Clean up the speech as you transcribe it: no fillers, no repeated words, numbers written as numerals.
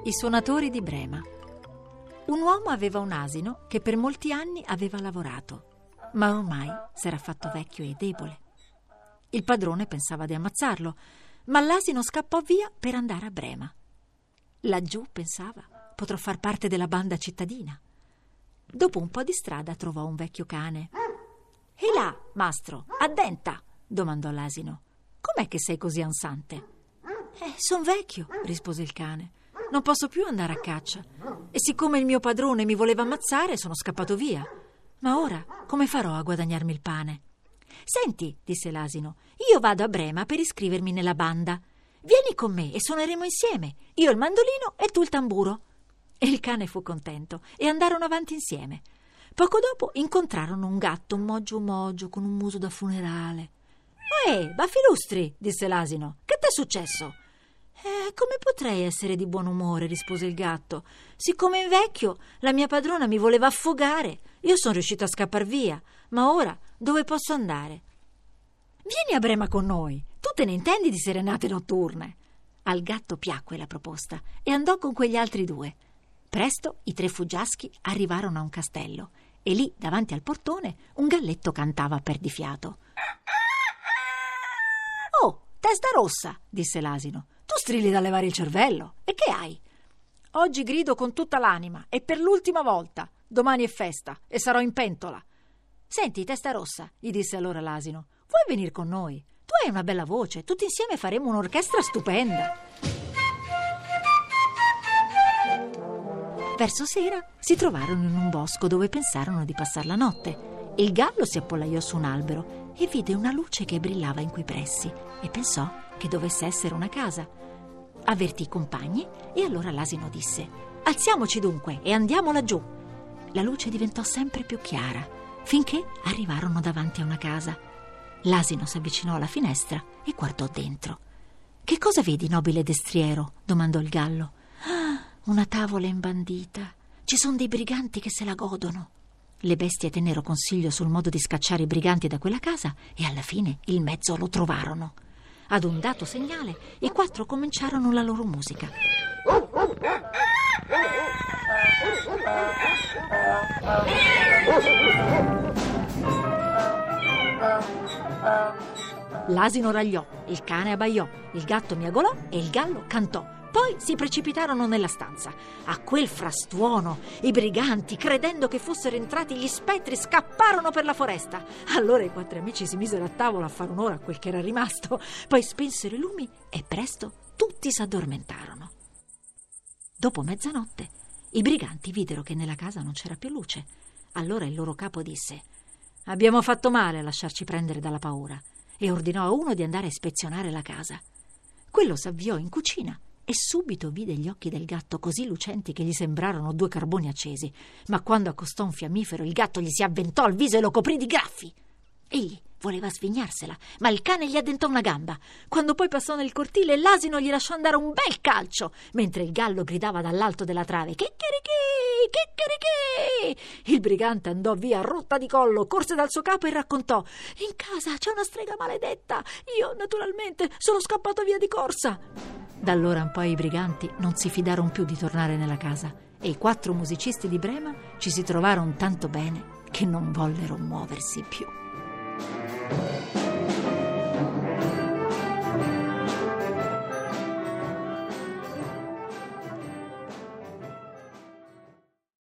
I suonatori di Brema. Un uomo aveva un asino che per molti anni aveva lavorato, ma ormai s'era fatto vecchio e debole. Il padrone pensava di ammazzarlo, ma l'asino scappò via per andare a Brema. Laggiù, pensava, potrò far parte della banda cittadina. Dopo un po' di strada trovò un vecchio cane. «E là, mastro, addenta!» domandò l'asino. «Com'è che sei così ansante?» «Son vecchio», rispose il cane. «Non posso più andare a caccia. E siccome il mio padrone mi voleva ammazzare, sono scappato via. Ma ora come farò a guadagnarmi il pane?» «Senti», disse l'asino, «io vado a Brema per iscrivermi nella banda. Vieni con me e suoneremo insieme, io il mandolino e tu il tamburo». E il cane fu contento e andarono avanti insieme. Poco dopo incontrarono un gatto mogio con un muso da funerale. Baffilustri, disse l'asino, «che t'è successo?» «Come potrei essere di buon umore?» rispose il gatto. «Siccome invecchio, la mia padrona mi voleva affogare. Io sono riuscito a scappar via, ma ora dove posso andare?» «Vieni a Brema con noi, tu te ne intendi di serenate notturne?» Al gatto piacque la proposta e andò con quegli altri due. Presto i tre fuggiaschi arrivarono a un castello e lì, davanti al portone, un galletto cantava a perdifiato. «Oh, testa rossa!» disse l'asino. «Tu strilli da levare il cervello. E che hai?» «Oggi grido con tutta l'anima e per l'ultima volta. Domani è festa e sarò in pentola». «Senti, testa rossa», gli disse allora l'asino, «vuoi venire con noi? Tu hai una bella voce, tutti insieme faremo un'orchestra stupenda». Verso sera si trovarono in un bosco dove pensarono di passar la notte. Il gallo si appollaiò su un albero e vide una luce che brillava in quei pressi e pensò che dovesse essere una casa. Avvertì i compagni e allora l'asino disse: «Alziamoci dunque e andiamo laggiù». La luce diventò sempre più chiara finché arrivarono davanti a una casa. L'asino si avvicinò alla finestra e guardò dentro. «Che cosa vedi, nobile destriero?» domandò il gallo. «Una tavola imbandita. Ci sono dei briganti che se la godono». Le bestie tennero consiglio sul modo di scacciare i briganti da quella casa e alla fine il mezzo lo trovarono. Ad un dato segnale i quattro cominciarono la loro musica. L'asino ragliò, il cane abbaiò, il gatto miagolò e il gallo cantò. Poi si precipitarono nella stanza. A quel frastuono, i briganti, credendo che fossero entrati gli spettri, scapparono per la foresta. Allora i quattro amici si misero a tavola a fare un'ora a quel che era rimasto. Poi spensero i lumi e presto tutti s'addormentarono. Dopo mezzanotte, i briganti videro che nella casa non c'era più luce. Allora il loro capo disse: «Abbiamo fatto male a lasciarci prendere dalla paura», e ordinò a uno di andare a ispezionare la casa. Quello s'avviò in cucina e subito vide gli occhi del gatto così lucenti che gli sembrarono due carboni accesi, ma quando accostò un fiammifero il gatto gli si avventò al viso e lo coprì di graffi. Egli voleva svignarsela, ma il cane gli addentò una gamba. Quando poi passò nel cortile, l'asino gli lasciò andare un bel calcio, mentre il gallo gridava dall'alto della trave: «Chicchirichì, chicchirichì!» Il brigante andò via a rotta di collo, corse dal suo capo e raccontò: «In casa c'è una strega maledetta. Io, naturalmente, sono scappato via di corsa». Da allora in poi i briganti non si fidarono più di tornare nella casa e i quattro musicisti di Brema ci si trovarono tanto bene che non vollero muoversi più.